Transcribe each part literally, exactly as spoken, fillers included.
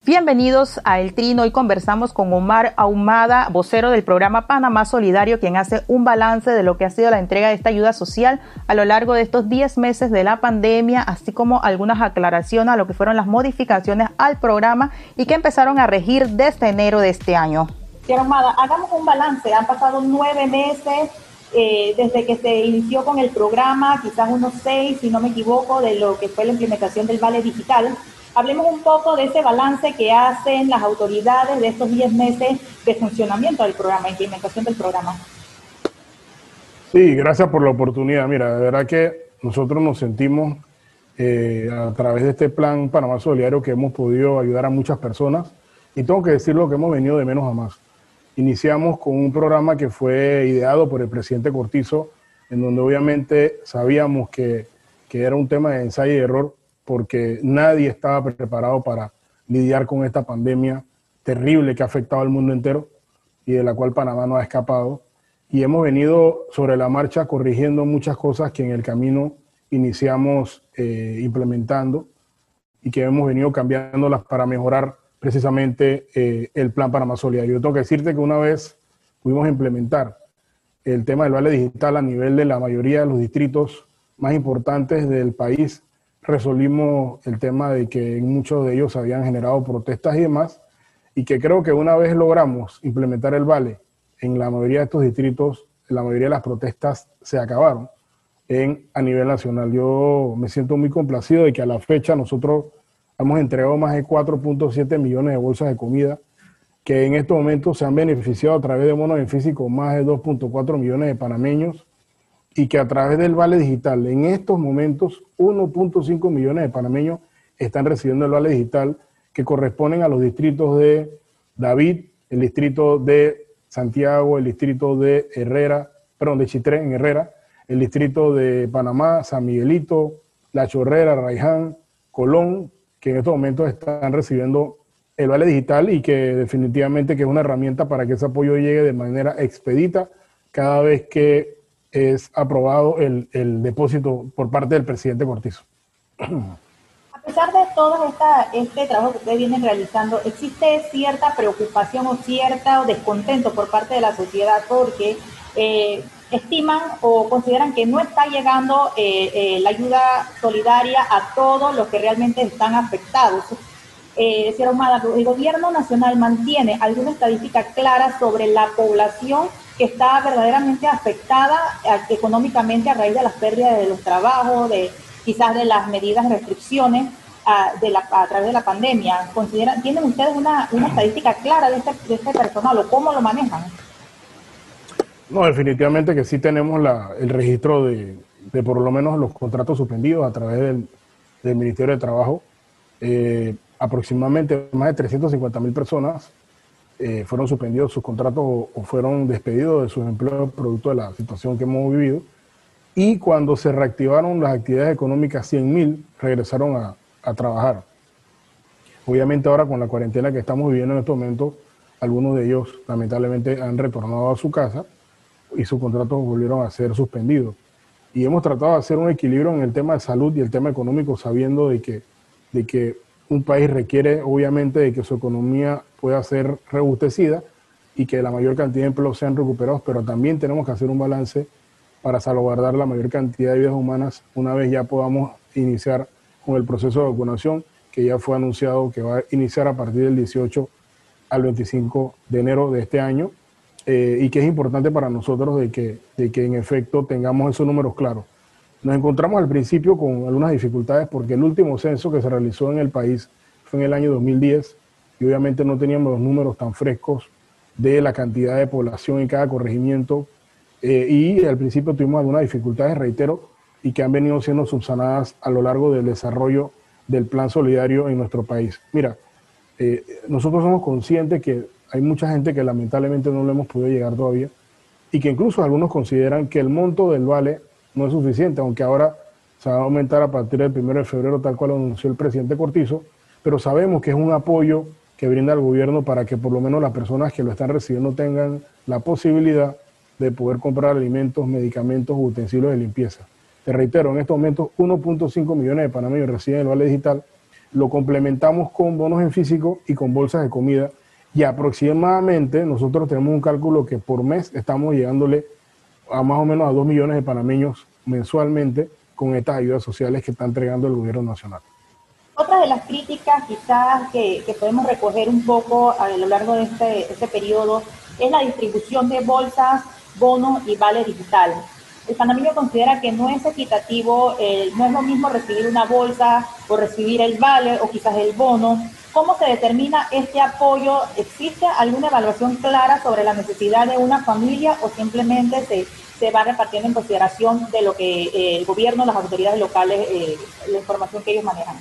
Bienvenidos a El Trino. Hoy conversamos con Omar Ahumada, vocero del programa Panamá Solidario, quien hace un balance de lo que ha sido la entrega de esta ayuda social a lo largo de estos diez meses de la pandemia, así como algunas aclaraciones a lo que fueron las modificaciones al programa y que empezaron a regir desde enero de este año. Señora Ahumada, hagamos un balance. Han pasado nueve meses eh, desde que se inició con el programa, quizás unos seis, si no me equivoco, de lo que fue la implementación del Vale Digital. Hablemos un poco de ese balance que hacen las autoridades de estos diez meses de funcionamiento del programa, implementación del programa. Sí, gracias por la oportunidad. Mira, de verdad que nosotros nos sentimos eh, a través de este plan Panamá Solidario que hemos podido ayudar a muchas personas, y tengo que decir lo que hemos venido de menos a más. Iniciamos con un programa que fue ideado por el presidente Cortizo, en donde obviamente sabíamos que, que era un tema de ensayo y error, porque nadie estaba preparado para lidiar con esta pandemia terrible que ha afectado al mundo entero y de la cual Panamá no ha escapado. Y hemos venido sobre la marcha corrigiendo muchas cosas que en el camino iniciamos eh, implementando y que hemos venido cambiándolas para mejorar precisamente eh, el plan Panamá Solidario. Yo tengo que decirte que una vez pudimos implementar el tema del Vale Digital a nivel de la mayoría de los distritos más importantes del país, resolvimos el tema de que en muchos de ellos habían generado protestas y demás, y que creo que una vez logramos implementar el Vale en la mayoría de estos distritos, la mayoría de las protestas se acabaron en, a nivel nacional. Yo me siento muy complacido de que a la fecha nosotros hemos entregado más de cuatro punto siete millones de bolsas de comida, que en estos momentos se han beneficiado a través de bonos en físico más de dos punto cuatro millones de panameños, y que a través del Vale Digital, en estos momentos, uno punto cinco millones de panameños están recibiendo el Vale Digital, que corresponden a los distritos de David, el distrito de Santiago, el distrito de Herrera, perdón, de Chitré en Herrera, el distrito de Panamá, San Miguelito, La Chorrera, Raiján, Colón, que en estos momentos están recibiendo el Vale Digital, y que definitivamente que es una herramienta para que ese apoyo llegue de manera expedita cada vez que es aprobado el, el depósito por parte del presidente Cortizo. A pesar de todo esta, este trabajo que ustedes vienen realizando, ¿existe cierta preocupación o cierta descontento por parte de la sociedad porque eh, estiman o consideran que no está llegando eh, eh, la ayuda solidaria a todos los que realmente están afectados? Eh, señora Ahumada, ¿el gobierno nacional mantiene alguna estadística clara sobre la población que está verdaderamente afectada eh, económicamente a raíz de las pérdidas de los trabajos, de quizás de las medidas de restricciones a, de la, a través de la pandemia? ¿Consideran, ¿Tienen ustedes una, una estadística clara de este, de este personal o cómo lo manejan? No, definitivamente que sí tenemos la, el registro de, de por lo menos los contratos suspendidos a través del, del Ministerio de Trabajo. Eh, aproximadamente más de trescientas cincuenta mil personas eh, fueron suspendidos sus contratos o, o fueron despedidos de sus empleos producto de la situación que hemos vivido. Y cuando se reactivaron las actividades económicas, cien mil regresaron a, a trabajar. Obviamente ahora con la cuarentena que estamos viviendo en estos momentos, algunos de ellos lamentablemente han retornado a su casa y sus contratos volvieron a ser suspendidos. Y hemos tratado de hacer un equilibrio en el tema de salud y el tema económico, sabiendo de que, de que un país requiere obviamente de que su economía pueda ser robustecida y que la mayor cantidad de empleos sean recuperados, pero también tenemos que hacer un balance para salvaguardar la mayor cantidad de vidas humanas una vez ya podamos iniciar con el proceso de vacunación, que ya fue anunciado que va a iniciar a partir del dieciocho al veinticinco de enero de este año, eh, y que es importante para nosotros de que, de que en efecto tengamos esos números claros. Nos encontramos al principio con algunas dificultades porque el último censo que se realizó en el país fue en el año dos mil diez y obviamente no teníamos los números tan frescos de la cantidad de población en cada corregimiento, eh, y al principio tuvimos algunas dificultades, reitero, y que han venido siendo subsanadas a lo largo del desarrollo del plan solidario en nuestro país. Mira, eh, nosotros somos conscientes que hay mucha gente que lamentablemente no le hemos podido llegar todavía y que incluso algunos consideran que el monto del vale no es suficiente, aunque ahora se va a aumentar a partir del primero de febrero, tal cual lo anunció el presidente Cortizo, pero sabemos que es un apoyo que brinda el gobierno para que por lo menos las personas que lo están recibiendo tengan la posibilidad de poder comprar alimentos, medicamentos, utensilios de limpieza. Te reitero, en estos momentos uno punto cinco millones de panameños reciben el Vale Digital, lo complementamos con bonos en físico y con bolsas de comida, y aproximadamente nosotros tenemos un cálculo que por mes estamos llegándole a más o menos a dos millones de panameños mensualmente con estas ayudas sociales que está entregando el gobierno nacional. Otra de las críticas quizás que, que podemos recoger un poco a lo largo de este, este periodo es la distribución de bolsas, bonos y vale digital. El panameño considera que no es equitativo, eh, no es lo mismo recibir una bolsa o recibir el vale o quizás el bono. ¿Cómo se determina este apoyo? ¿Existe alguna evaluación clara sobre la necesidad de una familia o simplemente se, se va repartiendo en consideración de lo que eh, el gobierno, las autoridades locales, eh, la información que ellos manejan?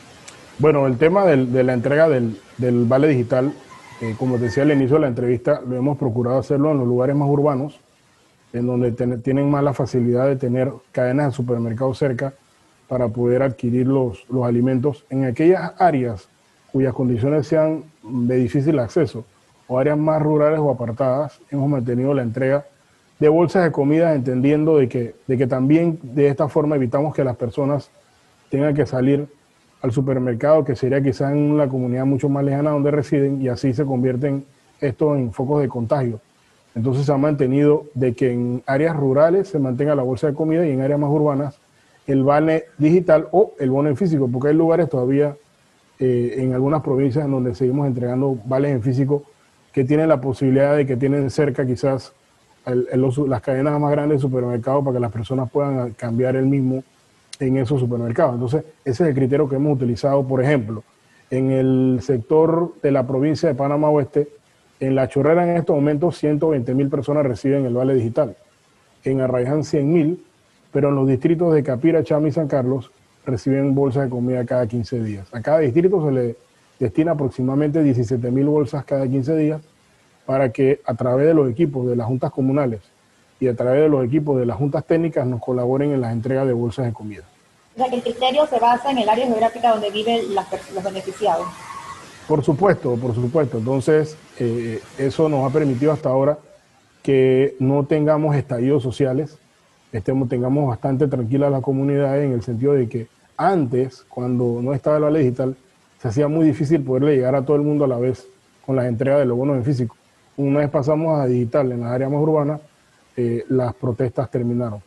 Bueno, el tema del, de la entrega del, del vale digital, eh, como decía al inicio de la entrevista, lo hemos procurado hacerlo en los lugares más urbanos, en donde ten, tienen más la facilidad de tener cadenas de supermercados cerca para poder adquirir los, los alimentos. En aquellas áreas cuyas condiciones sean de difícil acceso o áreas más rurales o apartadas, hemos mantenido la entrega de bolsas de comida, entendiendo de que, de que también de esta forma evitamos que las personas tengan que salir al supermercado, que sería quizás en una comunidad mucho más lejana donde residen, y así se convierten esto en focos de contagio. Entonces se ha mantenido de que en áreas rurales se mantenga la bolsa de comida y en áreas más urbanas el vale digital o el bono en físico, porque hay lugares todavía eh, en algunas provincias en donde seguimos entregando vales en físico que tienen la posibilidad de que tienen cerca quizás el, el, los, las cadenas más grandes de supermercados para que las personas puedan cambiar el mismo en esos supermercados. Entonces, ese es el criterio que hemos utilizado. Por ejemplo, en el sector de la provincia de Panamá Oeste, en La Chorrera en estos momentos ciento veinte mil personas reciben el vale digital, en Arraiján cien mil, pero en los distritos de Capira, Chama y San Carlos reciben bolsas de comida cada quince días. A cada distrito se le destina aproximadamente diecisiete mil bolsas cada quince días para que a través de los equipos de las juntas comunales y a través de los equipos de las juntas técnicas nos colaboren en las entregas de bolsas de comida. O sea, que el criterio se basa en el área geográfica donde viven las, los beneficiados. Por supuesto, por supuesto. Entonces, eh, eso nos ha permitido hasta ahora que no tengamos estallidos sociales, estemos, tengamos bastante tranquila la comunidad, en el sentido de que antes, cuando no estaba el vale digital, se hacía muy difícil poderle llegar a todo el mundo a la vez con las entregas de los bonos en físico. Una vez pasamos a digital en las áreas más urbanas, eh, las protestas terminaron.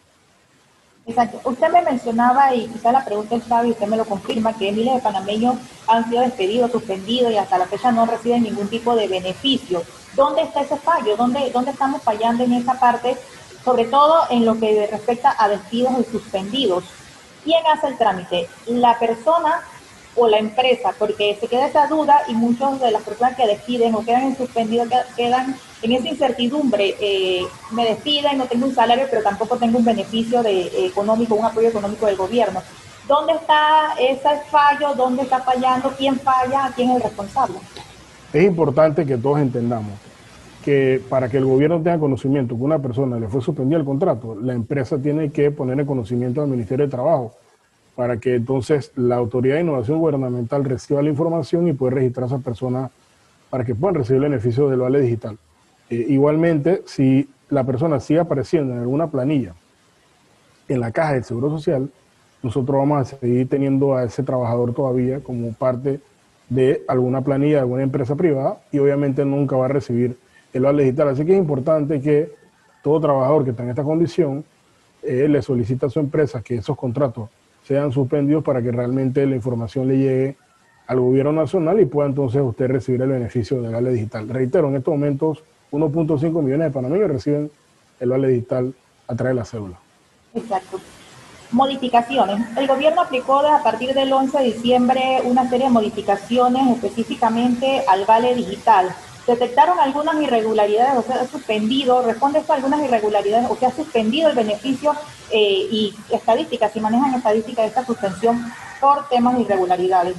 Exacto. Usted me mencionaba, y quizá la pregunta es clave y usted me lo confirma, que miles de panameños han sido despedidos, suspendidos y hasta la fecha no reciben ningún tipo de beneficio. ¿Dónde está ese fallo? ¿Dónde, dónde estamos fallando en esa parte? Sobre todo en lo que respecta a despidos y suspendidos. ¿Quién hace el trámite? ¿La persona o la empresa? Porque se queda esa duda y muchas de las personas que despiden o quedan en suspendido quedan en esa incertidumbre. Eh, me despiden, no tengo un salario, pero tampoco tengo un beneficio de, eh, económico, un apoyo económico del gobierno. ¿Dónde está ese fallo? ¿Dónde está fallando? ¿Quién falla? ¿Quién es el responsable? Es importante que todos entendamos que para que el gobierno tenga conocimiento que una persona le fue suspendido el contrato, la empresa tiene que poner en conocimiento al Ministerio de Trabajo, para que entonces la Autoridad de Innovación Gubernamental reciba la información y pueda registrar a esa persona para que puedan recibir el beneficio del vale digital. Eh, igualmente, si la persona sigue apareciendo en alguna planilla en la caja del Seguro Social, nosotros vamos a seguir teniendo a ese trabajador todavía como parte de alguna planilla de alguna empresa privada, y obviamente nunca va a recibir el vale digital. Así que es importante que todo trabajador que está en esta condición eh, le solicite a su empresa que esos contratos sean suspendidos para que realmente la información le llegue al gobierno nacional y pueda entonces usted recibir el beneficio del vale digital. Reitero, en estos momentos uno punto cinco millones de panameños reciben el vale digital a través de la cédula. Exacto. Modificaciones. El gobierno aplicó a partir del once de diciembre una serie de modificaciones específicamente al vale digital. ¿Detectaron algunas irregularidades o se ha suspendido? ¿Responde esto a algunas irregularidades o se ha suspendido el beneficio eh, y estadísticas, si manejan estadísticas de esta suspensión por temas de irregularidades?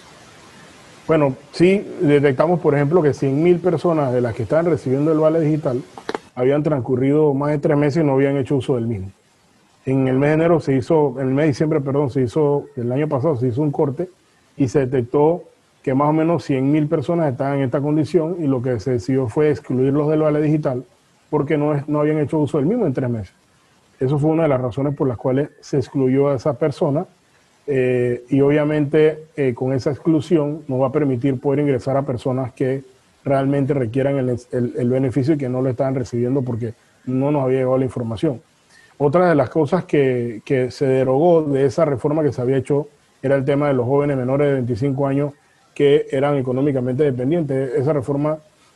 Bueno, sí detectamos, por ejemplo, que cien mil personas de las que estaban recibiendo el vale digital habían transcurrido más de tres meses y no habían hecho uso del mismo. En el mes de enero se hizo, en el mes de diciembre, perdón, se hizo, el año pasado se hizo un corte y se detectó que más o menos cien mil personas estaban en esta condición, y lo que se decidió fue excluirlos del vale digital porque no, es, no habían hecho uso del mismo en tres meses. Eso fue una de las razones por las cuales se excluyó a esa persona. eh, y obviamente eh, con esa exclusión nos va a permitir poder ingresar a personas que realmente requieran el, el, el beneficio y que no lo estaban recibiendo porque no nos había llegado la información. Otra de las cosas que, que se derogó de esa reforma que se había hecho era el tema de los jóvenes menores de veinticinco años que eran económicamente dependientes. Esa reforma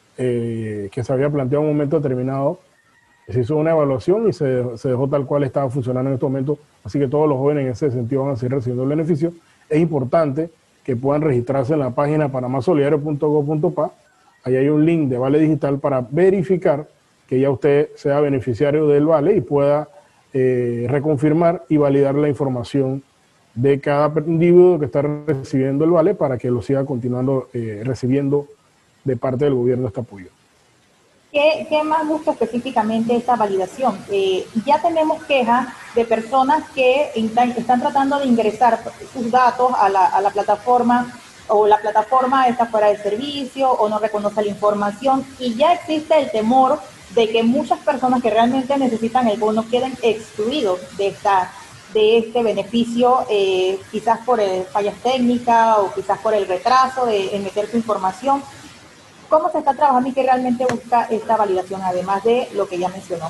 eh, que se había planteado en un momento determinado, se hizo una evaluación y se, se dejó tal cual estaba funcionando en estos momentos, así que todos los jóvenes en ese sentido van a seguir recibiendo el beneficio. Es importante que puedan registrarse en la página panamá solidario punto gob punto pa. Ahí hay un link de Vale Digital para verificar que ya usted sea beneficiario del Vale y pueda eh, reconfirmar y validar la información de cada individuo que está recibiendo el Vale para que lo siga continuando eh, recibiendo de parte del gobierno este apoyo. ¿Qué, qué más busca específicamente esta validación? Eh, ya tenemos quejas de personas que están, están tratando de ingresar sus datos a la, a la plataforma, o la plataforma está fuera de servicio o no reconoce la información, y ya existe el temor de que muchas personas que realmente necesitan el bono queden excluidos de esta de este beneficio, eh, quizás por eh, fallas técnicas o quizás por el retraso de en meter su información. ¿Cómo se está trabajando y qué realmente busca esta validación, además de lo que ya mencionó?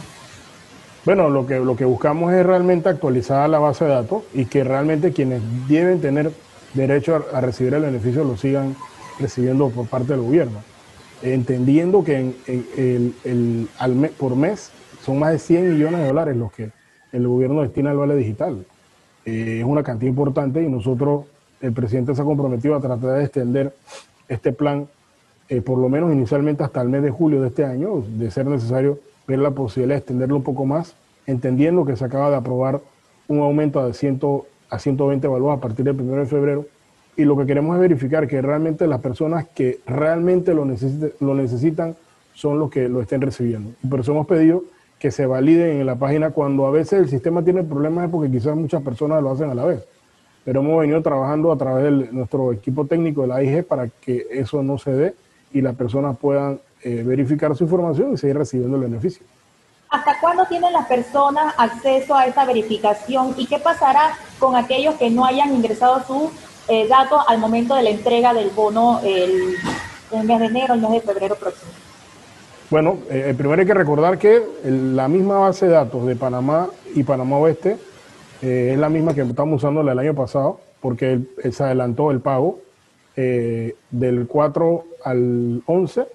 Bueno, lo que, lo que buscamos es realmente actualizar la base de datos y que realmente quienes deben tener derecho a, a recibir el beneficio lo sigan recibiendo por parte del gobierno. Entendiendo que en, en, el, el, al mes, por mes son más de cien millones de dólares los que el gobierno destina al Vale Digital. Eh, es una cantidad importante y nosotros, el presidente se ha comprometido a tratar de extender este plan eh, por lo menos inicialmente hasta el mes de julio de este año, de ser necesario ver la posibilidad de extenderlo un poco más, entendiendo que se acaba de aprobar un aumento de cien a ciento veinte balboas a partir del primero de febrero, y lo que queremos es verificar que realmente las personas que realmente lo, necesite, lo necesitan son los que lo estén recibiendo. Y por eso hemos pedido que se validen en la página cuando a veces el sistema tiene problemas, es porque quizás muchas personas lo hacen a la vez. Pero hemos venido trabajando a través de nuestro equipo técnico de la A I G para que eso no se dé y las personas puedan eh, verificar su información y seguir recibiendo el beneficio. ¿Hasta cuándo tienen las personas acceso a esta verificación y qué pasará con aquellos que no hayan ingresado sus eh, datos al momento de la entrega del bono el, el mes de enero, el mes de febrero próximo? Bueno, eh, primero hay que recordar que el, la misma base de datos de Panamá y Panamá Oeste eh, es la misma que estamos usando el año pasado, porque el, el, se adelantó el pago eh, del cuatro al once.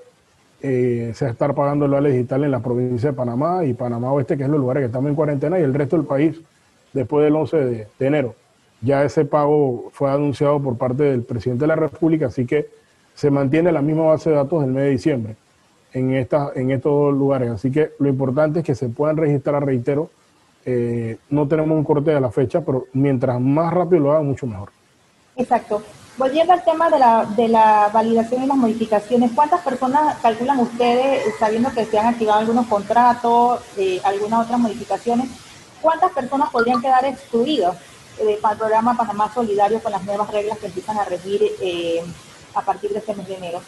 Eh, se va a estar pagando el Vale Digital en la provincia de Panamá y Panamá Oeste, que es los lugares que estamos en cuarentena, y el resto del país después del once de, de enero. Ya ese pago fue anunciado por parte del presidente de la República, así que se mantiene la misma base de datos del mes de diciembre en, esta, en estos dos lugares. Así que lo importante es que se puedan registrar, reitero, eh, no tenemos un corte de la fecha, pero mientras más rápido lo hagan, mucho mejor. Exacto. Volviendo al tema de la, de la validación y las modificaciones, ¿cuántas personas calculan ustedes, sabiendo que se han activado algunos contratos, eh, algunas otras modificaciones, cuántas personas podrían quedar excluidas del programa Panamá Solidario con las nuevas reglas que empiezan a regir eh, a partir de este mes de enero?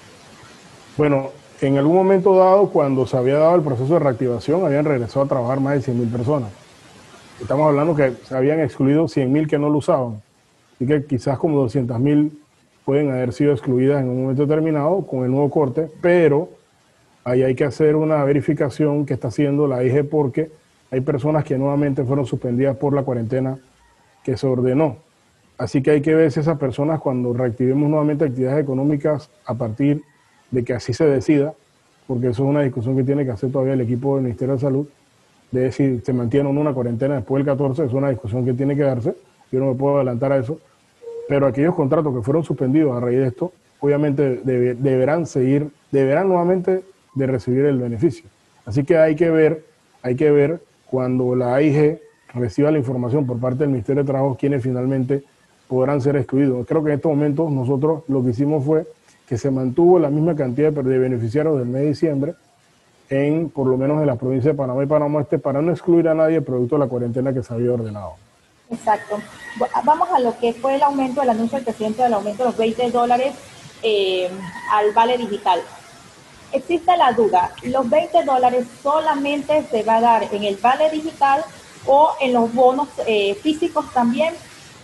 Bueno, en algún momento dado, cuando se había dado el proceso de reactivación, habían regresado a trabajar más de cien mil personas. Estamos hablando que se habían excluido cien mil que no lo usaban. Así que quizás como doscientas mil pueden haber sido excluidas en un momento determinado con el nuevo corte, pero ahí hay que hacer una verificación que está haciendo la A I G porque hay personas que nuevamente fueron suspendidas por la cuarentena que se ordenó. Así que hay que ver si esas personas, cuando reactivemos nuevamente actividades económicas a partir de que así se decida, porque eso es una discusión que tiene que hacer todavía el equipo del Ministerio de Salud, de si se mantiene o no una cuarentena después del catorce, es una discusión que tiene que darse. Yo no me puedo adelantar a eso, pero aquellos contratos que fueron suspendidos a raíz de esto, obviamente debe, deberán seguir, deberán nuevamente de recibir el beneficio. Así que hay que ver, hay que ver cuando la A I G reciba la información por parte del Ministerio de Trabajo, quienes finalmente podrán ser excluidos. Creo que en estos momentos nosotros lo que hicimos fue que se mantuvo la misma cantidad de beneficiarios del mes de diciembre, en por lo menos en las provincias de Panamá y Panamá Este, para no excluir a nadie producto de la cuarentena que se había ordenado. Exacto. Vamos a lo que fue el aumento, el anuncio del presidente del aumento de los veinte dólares eh, al Vale Digital. Existe la duda, ¿los veinte dólares solamente se va a dar en el Vale Digital o en los bonos eh, físicos también?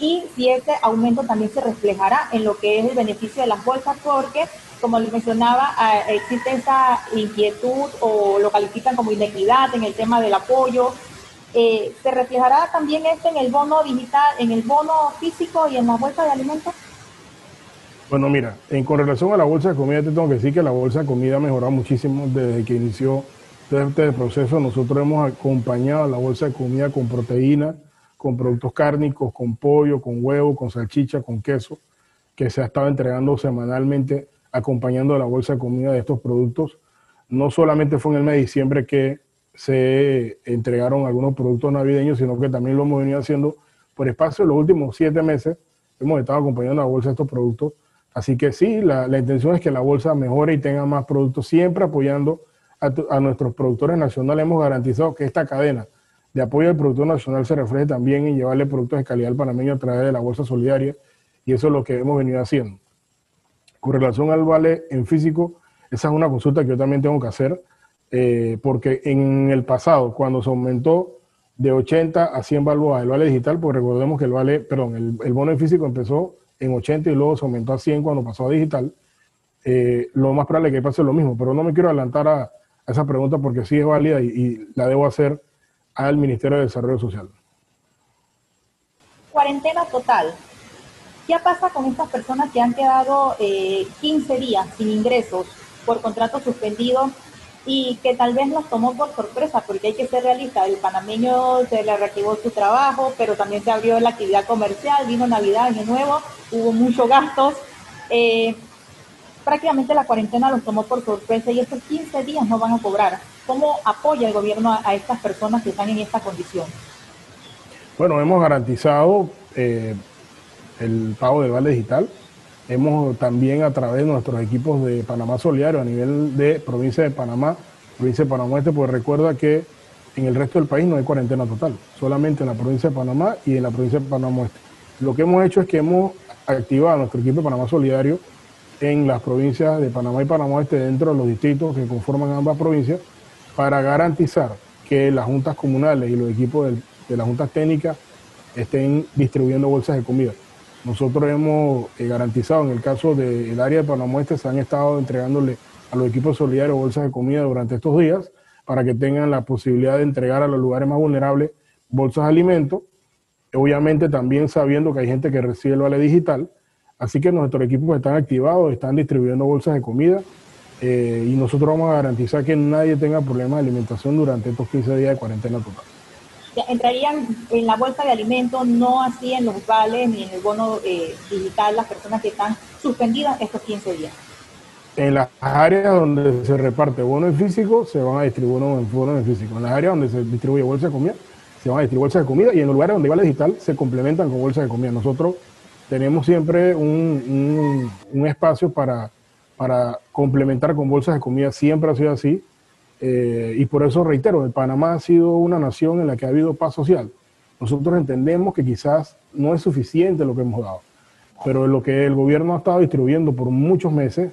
y si ese aumento también se reflejará en lo que es el beneficio de las bolsas, porque, como les mencionaba, existe esa inquietud o lo califican como inequidad en el tema del apoyo. Eh, ¿Se reflejará también esto en el bono digital, en el bono físico y en la bolsa de alimentos? Bueno, mira, en, con relación a la bolsa de comida, te tengo que decir que la bolsa de comida ha mejorado muchísimo desde que inició este proceso. Nosotros hemos acompañado a la bolsa de comida con proteína, con productos cárnicos, con pollo, con huevo, con salchicha, con queso, que se ha estado entregando semanalmente, acompañando a la bolsa de comida de estos productos. No solamente fue en el mes de diciembre que se entregaron algunos productos navideños, sino que también lo hemos venido haciendo por espacio de los últimos siete meses. Hemos estado acompañando a la bolsa de estos productos. Así que sí, la, la intención es que la bolsa mejore y tenga más productos, siempre apoyando a, a nuestros productores nacionales. Hemos garantizado que esta cadena de apoyo al productor nacional se refleje también en llevarle productos de calidad al panameño a través de la bolsa solidaria, y eso es lo que hemos venido haciendo. Con relación al vale en físico, esa es una consulta que yo también tengo que hacer, eh, porque en el pasado, cuando se aumentó de ochenta a cien balboas el vale digital, pues recordemos que el vale, perdón, el, el bono en físico empezó en ochenta y luego se aumentó a cien cuando pasó a digital. Eh, lo más probable es que pase lo mismo, pero no me quiero adelantar a, a esa pregunta porque sí es válida y, y la debo hacer al Ministerio de Desarrollo Social. Cuarentena total. ¿Qué pasa con estas personas que han quedado eh, quince días sin ingresos por contrato suspendido y que tal vez los tomó por sorpresa? Porque hay que ser realista, el panameño se le reactivó su trabajo, pero también se abrió la actividad comercial, vino Navidad, Año Nuevo, hubo muchos gastos. Eh, prácticamente la cuarentena los tomó por sorpresa y estos quince días no van a cobrar. ¿Cómo apoya el gobierno a, a estas personas que están en esta condición? Bueno, hemos garantizado eh, el pago del vale digital. Hemos también, a través de nuestros equipos de Panamá Solidario a nivel de provincia de Panamá, provincia de Panamá Oeste, pues recuerda que en el resto del país no hay cuarentena total, solamente en la provincia de Panamá y en la provincia de Panamá Oeste. Lo que hemos hecho es que hemos activado a nuestro equipo de Panamá Solidario en las provincias de Panamá y Panamá Oeste, dentro de los distritos que conforman ambas provincias, para garantizar que las juntas comunales y los equipos de, de las juntas técnicas estén distribuyendo bolsas de comida. Nosotros hemos eh, garantizado, en el caso del área de Panamá Oeste, se han estado entregándole a los equipos solidarios bolsas de comida durante estos días para que tengan la posibilidad de entregar a los lugares más vulnerables bolsas de alimentos, obviamente también sabiendo que hay gente que recibe el vale digital, así que nuestros equipos están activados, están distribuyendo bolsas de comida eh, y nosotros vamos a garantizar que nadie tenga problemas de alimentación durante estos quince días de cuarentena total. Entrarían en la bolsa de alimentos, no así en los vales ni en el bono eh, digital las personas que están suspendidas estos quince días. En las áreas donde se reparte bono en físico, se van a distribuir bonos en físico. En las áreas donde se distribuye bolsa de comida, se van a distribuir bolsas de comida, y en los lugares donde hay vale digital, se complementan con bolsas de comida. Nosotros tenemos siempre un, un, un espacio para, para complementar con bolsas de comida, siempre ha sido así. Eh, y por eso reitero, Panamá ha sido una nación en la que ha habido paz social. Nosotros entendemos que quizás no es suficiente lo que hemos dado, pero lo que el gobierno ha estado distribuyendo por muchos meses,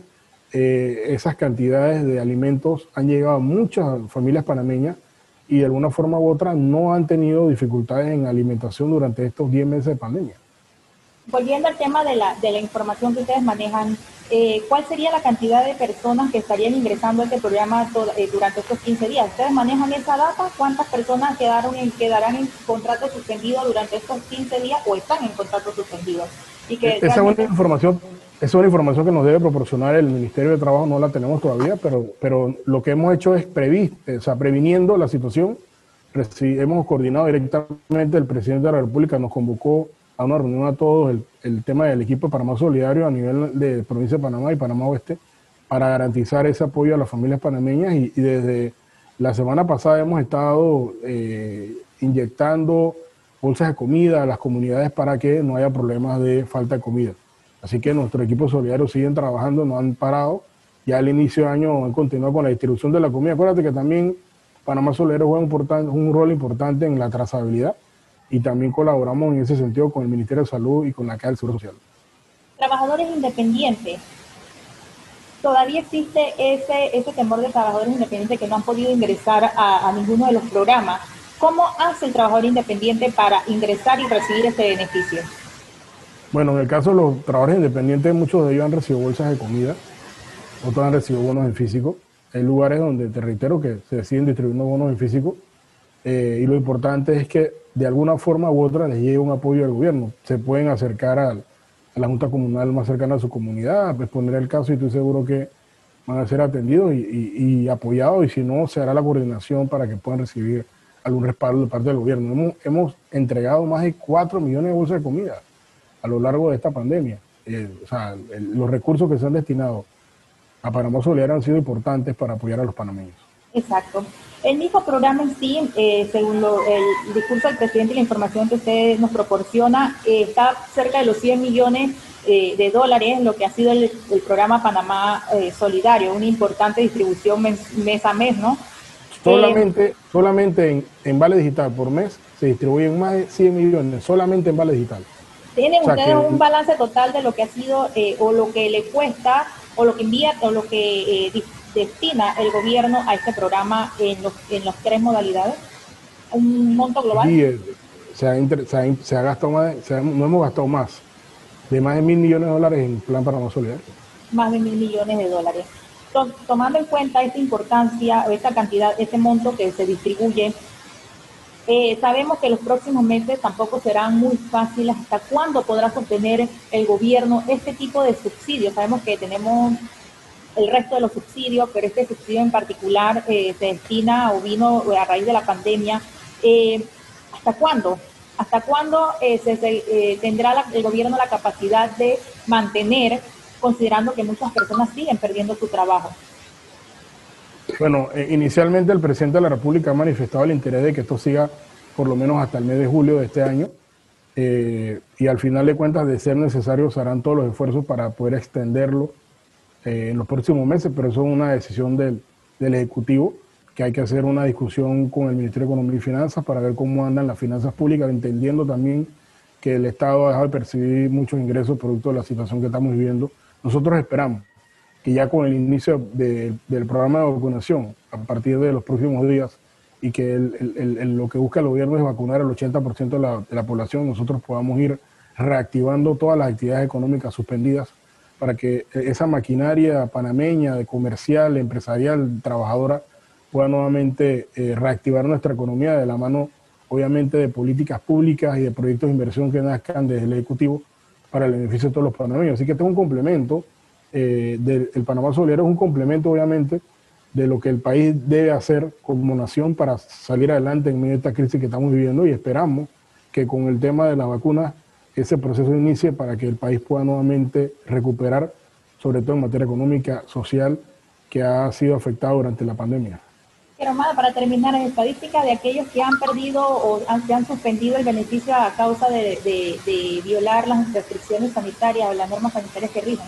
eh, esas cantidades de alimentos han llegado a muchas familias panameñas y de alguna forma u otra no han tenido dificultades en alimentación durante estos diez meses de pandemia. Volviendo al tema de la, de la información que ustedes manejan, eh, ¿cuál sería la cantidad de personas que estarían ingresando a este programa todo, eh, durante estos quince días? ¿Ustedes manejan esa data? ¿Cuántas personas quedaron en, quedarán en contrato suspendido durante estos quince días o están en contrato suspendido? Y que esa, realmente... es una información, esa es una información que nos debe proporcionar el Ministerio de Trabajo, no la tenemos todavía, pero, pero lo que hemos hecho es previ, o sea, previniendo la situación. Hemos coordinado directamente, el presidente de la República nos convocó a una reunión a todos, el, el tema del equipo de Panamá Solidario a nivel de provincia de Panamá y Panamá Oeste, para garantizar ese apoyo a las familias panameñas, y, y desde la semana pasada hemos estado eh, inyectando bolsas de comida a las comunidades para que no haya problemas de falta de comida. Así que nuestros equipos solidarios siguen trabajando, no han parado, ya al inicio de año han continuado con la distribución de la comida. Acuérdate que también Panamá Solidario juega un, un rol importante en la trazabilidad, y también colaboramos en ese sentido con el Ministerio de Salud y con la Caja del Seguro Social. Trabajadores independientes. Todavía existe ese, ese temor de trabajadores independientes que no han podido ingresar a, a ninguno de los programas. ¿Cómo hace el trabajador independiente para ingresar y recibir ese beneficio? Bueno, en el caso de los trabajadores independientes, muchos de ellos han recibido bolsas de comida, otros han recibido bonos en físico. Hay lugares donde, te reitero, que se deciden distribuyendo bonos en físico, eh, y lo importante es que de alguna forma u otra les llegue un apoyo del gobierno. Se pueden acercar al, a la Junta Comunal más cercana a su comunidad, exponer el caso y estoy seguro que van a ser atendidos y, y, y apoyados, y si no, se hará la coordinación para que puedan recibir algún respaldo de parte del gobierno. Hemos, hemos entregado más de cuatro millones de bolsas de comida a lo largo de esta pandemia. Eh, o sea, el, los recursos que se han destinado a Panamá Solidario han sido importantes para apoyar a los panameños. Exacto. El mismo programa en sí, eh, según lo, el discurso del presidente y la información que usted nos proporciona, eh, está cerca de los cien millones eh, de dólares, lo que ha sido el, el programa Panamá eh, Solidario, una importante distribución mes, mes a mes, ¿no? Solamente, eh, solamente en, en Vale Digital por mes se distribuyen más de cien millones, solamente en Vale Digital. ¿Tienen o sea, ustedes que, un balance total de lo que ha sido eh, o lo que le cuesta o lo que envía o lo que eh, destina el gobierno a este programa en los en las tres modalidades? ¿Un monto global? Sí, eh, se, ha inter, se, ha, se ha gastado más, se ha, no hemos gastado más de más de mil millones de dólares en Plan Panamá Solidario. Más de mil millones de dólares. Entonces, tomando en cuenta esta importancia, esta cantidad, este monto que se distribuye, eh, sabemos que los próximos meses tampoco serán muy fáciles. ¿Hasta cuándo podrá sostener el gobierno este tipo de subsidios? Sabemos que tenemos el resto de los subsidios, pero este subsidio en particular eh, se destina o vino a raíz de la pandemia. Eh, ¿Hasta cuándo? ¿Hasta cuándo eh, se, se, eh, tendrá la, el gobierno la capacidad de mantener, considerando que muchas personas siguen perdiendo su trabajo? Bueno, eh, inicialmente el presidente de la República ha manifestado el interés de que esto siga por lo menos hasta el mes de julio de este año, eh, y al final de cuentas, de ser necesario, se harán todos los esfuerzos para poder extenderlo eh, en los próximos meses, pero eso es una decisión del, del Ejecutivo, que hay que hacer una discusión con el Ministerio de Economía y Finanzas para ver cómo andan las finanzas públicas, entendiendo también que el Estado ha dejado de percibir muchos ingresos producto de la situación que estamos viviendo. Nosotros esperamos que ya con el inicio de, del programa de vacunación, a partir de los próximos días, y que el, el, el, lo que busca el gobierno es vacunar al ochenta por ciento de la, de la población, nosotros podamos ir reactivando todas las actividades económicas suspendidas para que esa maquinaria panameña, de comercial, empresarial, trabajadora, pueda nuevamente eh, reactivar nuestra economía de la mano, obviamente, de políticas públicas y de proyectos de inversión que nazcan desde el Ejecutivo para el beneficio de todos los panameños. Así que este es un complemento, eh, del el Panamá Solidario es un complemento, obviamente, de lo que el país debe hacer como nación para salir adelante en medio de esta crisis que estamos viviendo, y esperamos que con el tema de las vacunas ese proceso inicie para que el país pueda nuevamente recuperar, sobre todo en materia económica, social, que ha sido afectado durante la pandemia. Romana, para terminar, en estadística de aquellos que han perdido o han, se han suspendido el beneficio a causa de, de, de violar las restricciones sanitarias o las normas sanitarias que rigen.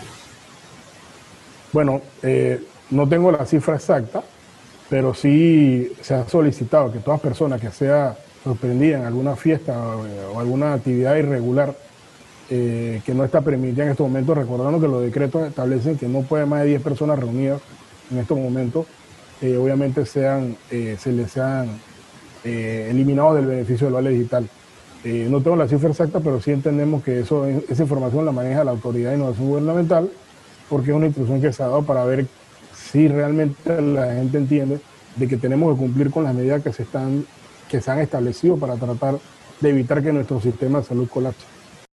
Bueno, eh, no tengo la cifra exacta, pero sí se ha solicitado que todas personas que sea sorprendida en alguna fiesta o, o alguna actividad irregular eh, que no está permitida en estos momentos, recordando que los decretos establecen que no puede más de diez personas reunidas en estos momentos, eh, obviamente sean, eh, se les sean eh, eliminados del beneficio del vale digital. Eh, no tengo la cifra exacta, pero sí entendemos que eso, esa información la maneja la Autoridad de Innovación Gubernamental, porque es una instrucción que se ha dado para ver si realmente la gente entiende de que tenemos que cumplir con las medidas que se están que se han establecido para tratar de evitar que nuestro sistema de salud colapse.